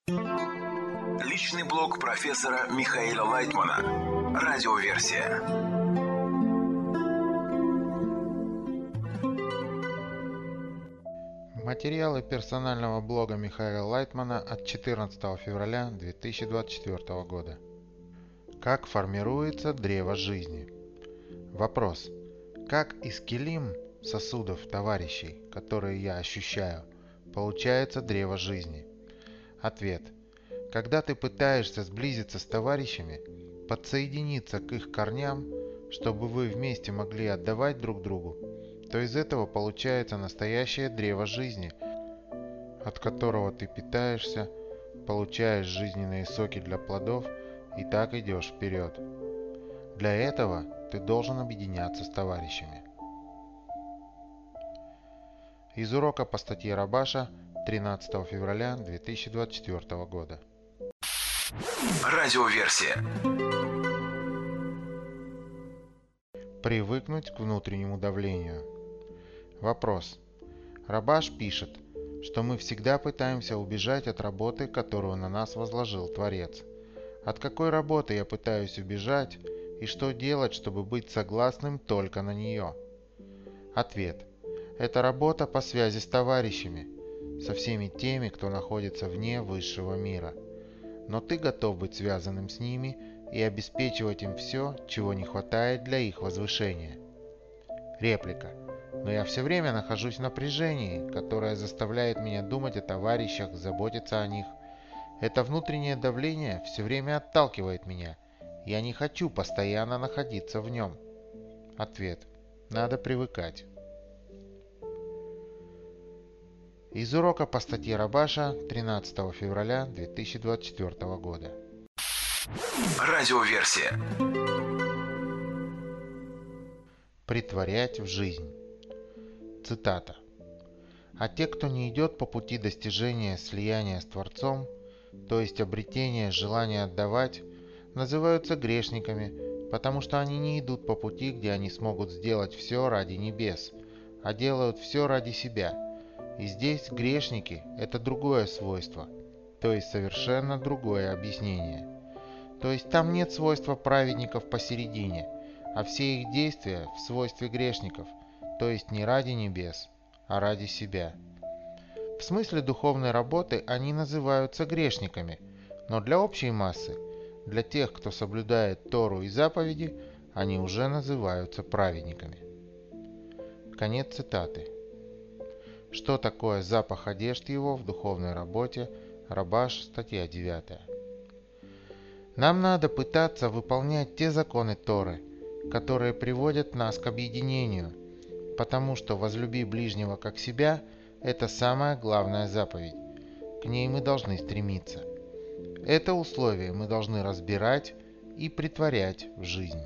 Личный блог профессора Михаила Лайтмана. Радиоверсия. Материалы персонального блога Михаила Лайтмана от 14 февраля 2024 года. Как формируется древо жизни? Вопрос. Как из килим, сосудов товарищей, которые я ощущаю, получается древо жизни? Ответ. Когда ты пытаешься сблизиться с товарищами, подсоединиться к их корням, чтобы вы вместе могли отдавать друг другу, то из этого получается настоящее древо жизни, от которого ты питаешься, получаешь жизненные соки для плодов и так идешь вперед. Для этого ты должен объединяться с товарищами. Из урока по статье Рабаша 13 февраля 2024 года. Радиоверсия. Привыкнуть к внутреннему давлению. Вопрос. Рабаш пишет, что мы всегда пытаемся убежать от работы, которую на нас возложил Творец. От какой работы я пытаюсь убежать и что делать, чтобы быть согласным только на нее? Ответ. Это работа по связи с товарищами, со всеми теми, кто находится вне высшего мира. Но ты готов быть связанным с ними и обеспечивать им все, чего не хватает для их возвышения. Реплика. Но я все время нахожусь в напряжении, которое заставляет меня думать о товарищах, заботиться о них. Это внутреннее давление все время отталкивает меня. Я не хочу постоянно находиться в нем. Ответ. Надо привыкать. Из урока по статье Рабаша 13 февраля 2024 года. Радиоверсия. Претворять в жизнь. Цитата. «А те, кто не идет по пути достижения слияния с Творцом, то есть обретения желания отдавать, называются грешниками, потому что они не идут по пути, где они смогут сделать все ради небес, а делают все ради себя. И здесь грешники – это другое свойство, то есть совершенно другое объяснение. То есть там нет свойства праведников посередине, а все их действия в свойстве грешников, то есть не ради небес, а ради себя. В смысле духовной работы они называются грешниками, но для общей массы, для тех, кто соблюдает Тору и заповеди, они уже называются праведниками». Конец цитаты. Что такое запах одежд его в духовной работе? Рабаш, статья 9. Нам надо пытаться выполнять те законы Торы, которые приводят нас к объединению, потому что «возлюби ближнего как себя» – это самая главная заповедь. К ней мы должны стремиться. Это условие мы должны разбирать и претворять в жизнь.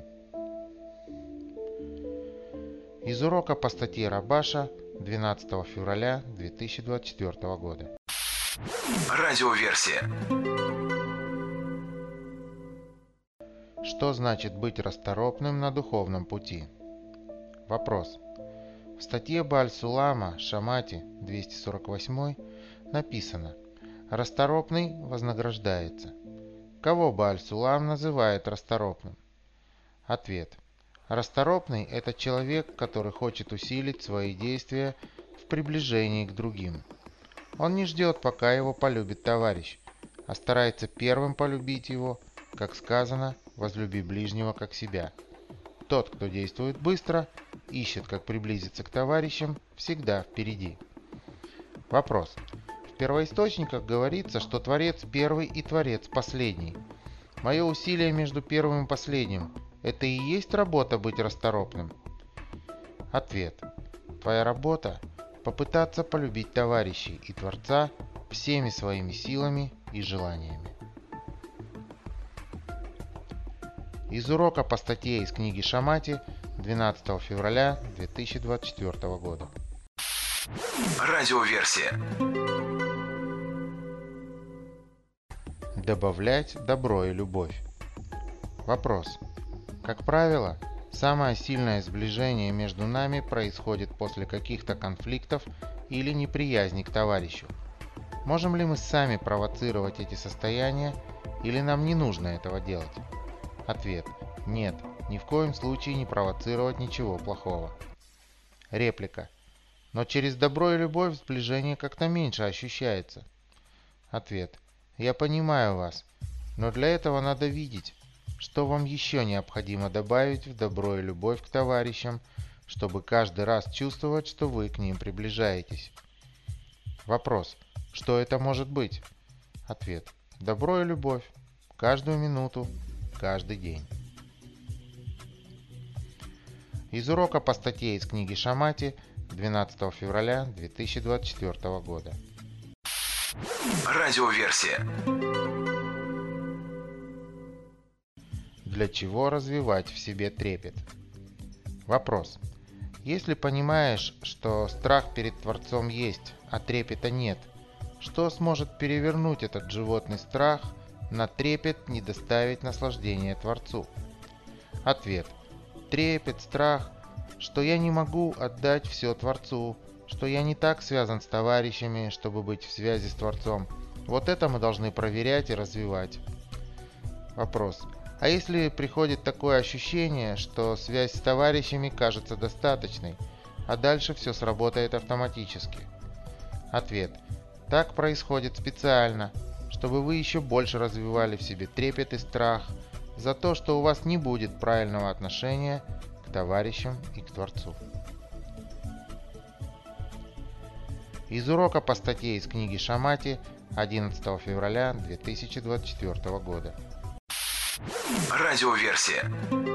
Из урока по статье Рабаша 12 февраля 2024 года. Радиоверсия. Что значит быть расторопным на духовном пути? Вопрос. В статье Бааль-Сулама Шамати 248 написано: «Расторопный вознаграждается». Кого Бааль-Сулам называет расторопным? Ответ. Расторопный – это человек, который хочет усилить свои действия в приближении к другим. Он не ждет, пока его полюбит товарищ, а старается первым полюбить его, как сказано, «возлюби ближнего как себя». Тот, кто действует быстро, ищет, как приблизиться к товарищам, всегда впереди. Вопрос. В первоисточниках говорится, что Творец первый и Творец последний. Мое усилие между первым и последним – это и есть работа быть расторопным? Ответ. Твоя работа – попытаться полюбить товарищей и Творца всеми своими силами и желаниями. Из урока по статье из книги Шамати 12 февраля 2024 года. Радиоверсия. Добавлять добро и любовь. Вопрос. Как правило, самое сильное сближение между нами происходит после каких-то конфликтов или неприязни к товарищу. Можем ли мы сами провоцировать эти состояния, или нам не нужно этого делать? Ответ. Нет, ни в коем случае не провоцировать ничего плохого. Реплика. Но через добро и любовь сближение как-то меньше ощущается. Ответ. Я понимаю вас, но для этого надо видеть, что вам еще необходимо добавить в добро и любовь к товарищам, чтобы каждый раз чувствовать, что вы к ним приближаетесь. Вопрос. Что это может быть? Ответ. Добро и любовь. Каждую минуту, каждый день. Из урока по статье из книги Шамати 12 февраля 2024 года. Радиоверсия. Для чего развивать в себе трепет? Вопрос. Если понимаешь, что страх перед Творцом есть, а трепета нет, что сможет перевернуть этот животный страх на трепет, не доставить наслаждения Творцу? Ответ. Трепет, страх, что я не могу отдать все Творцу, что я не так связан с товарищами, чтобы быть в связи с Творцом. Вот это мы должны проверять и развивать. Вопрос. А если приходит такое ощущение, что связь с товарищами кажется достаточной, а дальше все сработает автоматически? Ответ. Так происходит специально, чтобы вы еще больше развивали в себе трепет и страх за то, что у вас не будет правильного отношения к товарищам и к Творцу. Из урока по статье из книги Шамати 11 февраля 2024 года. Радиоверсия.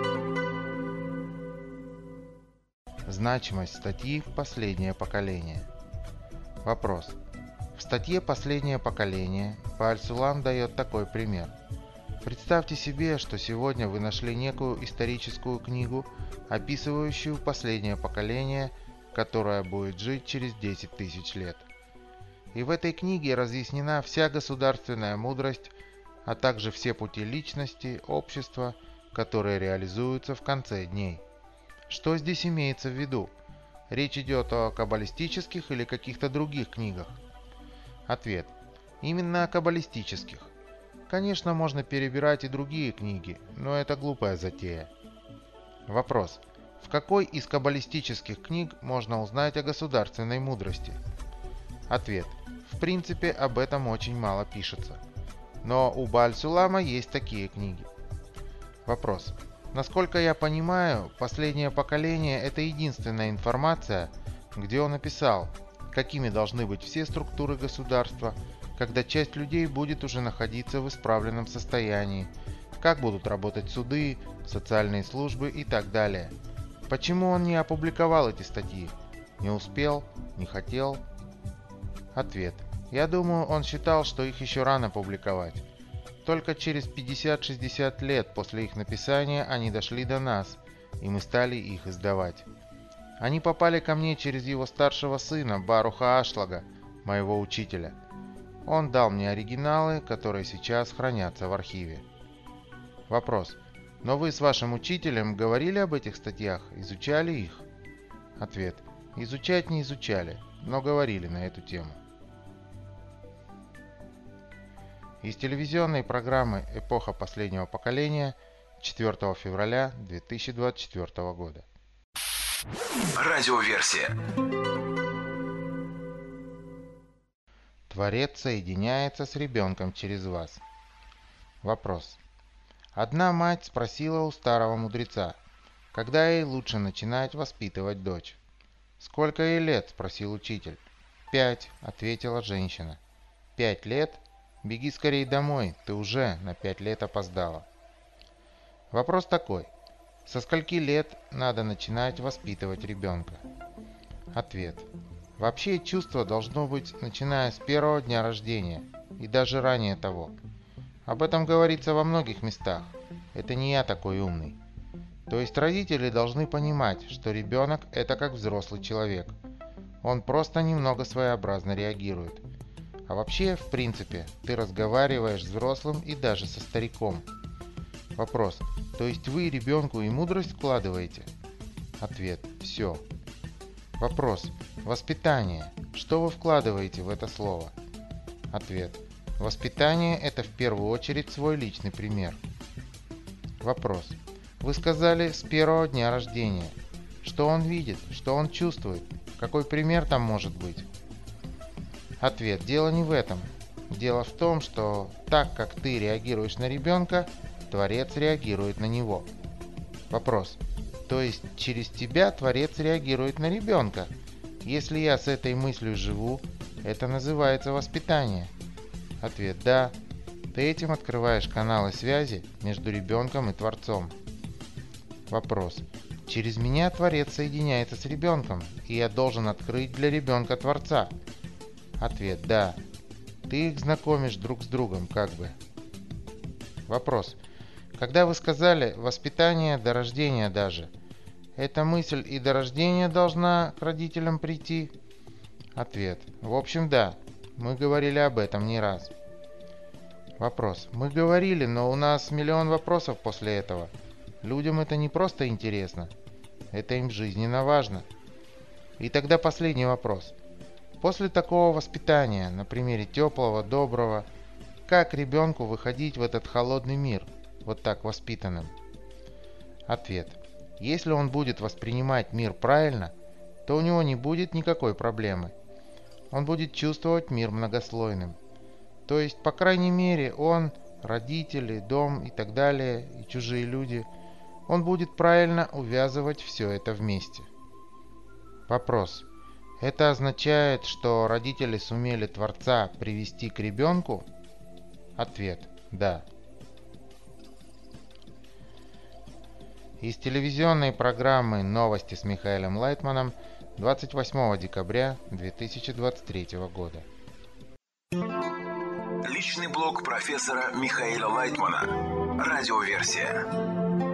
Значимость статьи «Последнее поколение». Вопрос. В статье «Последнее поколение» Бааль-Сулам дает такой пример. Представьте себе, что сегодня вы нашли некую историческую книгу, описывающую последнее поколение, которое будет жить через 10 тысяч лет. И в этой книге разъяснена вся государственная мудрость, а также все пути личности, общества, которые реализуются в конце дней. Что здесь имеется в виду? Речь идет о каббалистических или каких-то других книгах? Ответ. Именно о каббалистических. Конечно, можно перебирать и другие книги, но это глупая затея. Вопрос. В какой из каббалистических книг можно узнать о государственной мудрости? Ответ. В принципе, об этом очень мало пишется. Но у Бааль-Сулама есть такие книги. Вопрос. Насколько я понимаю, «Последнее поколение» — это единственная информация, где он описал, какими должны быть все структуры государства, когда часть людей будет уже находиться в исправленном состоянии, как будут работать суды, социальные службы и так далее. Почему он не опубликовал эти статьи? Не успел? Не хотел? Ответ. Я думаю, он считал, что их еще рано публиковать. Только через 50-60 лет после их написания они дошли до нас, и мы стали их издавать. Они попали ко мне через его старшего сына, Баруха Ашлага, моего учителя. Он дал мне оригиналы, которые сейчас хранятся в архиве. Вопрос. Но вы с вашим учителем говорили об этих статьях, изучали их? Ответ. Изучать не изучали, но говорили на эту тему. Из телевизионной программы «Эпоха последнего поколения» 4 февраля 2024 года. Радиоверсия. Творец соединяется с ребенком через вас. Вопрос. Одна мать спросила у старого мудреца, когда ей лучше начинать воспитывать дочь. «Сколько ей лет?» – спросил учитель. «5», – ответила женщина. «5 лет? Беги скорее домой, ты уже на 5 лет опоздала». Вопрос такой. Со скольки лет надо начинать воспитывать ребенка? Ответ. Вообще чувство должно быть, начиная с первого дня рождения, и даже ранее того. Об этом говорится во многих местах. Это не я такой умный. То есть родители должны понимать, что ребенок – это как взрослый человек. Он просто немного своеобразно реагирует. А вообще, в принципе, ты разговариваешь с взрослым и даже со стариком. Вопрос. То есть вы ребенку и мудрость вкладываете? Ответ. Все. Вопрос. Воспитание. Что вы вкладываете в это слово? Ответ. Воспитание – это в первую очередь свой личный пример. Вопрос. Вы сказали с первого дня рождения. Что он видит? Что он чувствует? Какой пример там может быть? Ответ. Дело не в этом. Дело в том, что так как ты реагируешь на ребенка, Творец реагирует на него. Вопрос. То есть через тебя Творец реагирует на ребенка? Если я с этой мыслью живу, это называется воспитание. Ответ. Да. Ты этим открываешь каналы связи между ребенком и Творцом. Вопрос. Через меня Творец соединяется с ребенком, и я должен открыть для ребенка Творца. Ответ. Да. Ты их знакомишь друг с другом, как бы. Вопрос. Когда вы сказали «воспитание до рождения даже», эта мысль и до рождения должна к родителям прийти? Ответ. В общем, да. Мы говорили об этом не раз. Вопрос. Мы говорили, но у нас миллион вопросов после этого. Людям это не просто интересно. Это им жизненно важно. И тогда последний вопрос. После такого воспитания, на примере теплого, доброго, как ребенку выходить в этот холодный мир, вот так воспитанным? Ответ. Если он будет воспринимать мир правильно, то у него не будет никакой проблемы. Он будет чувствовать мир многослойным. То есть, по крайней мере, он, родители, дом и так далее, и чужие люди, он будет правильно увязывать все это вместе. Вопрос. Это означает, что родители сумели Творца привести к ребенку? Ответ. Да. Из телевизионной программы «Новости с Михаилом Лайтманом» 28 декабря 2023 года. Личный блог профессора Михаила Лайтмана. Радиоверсия.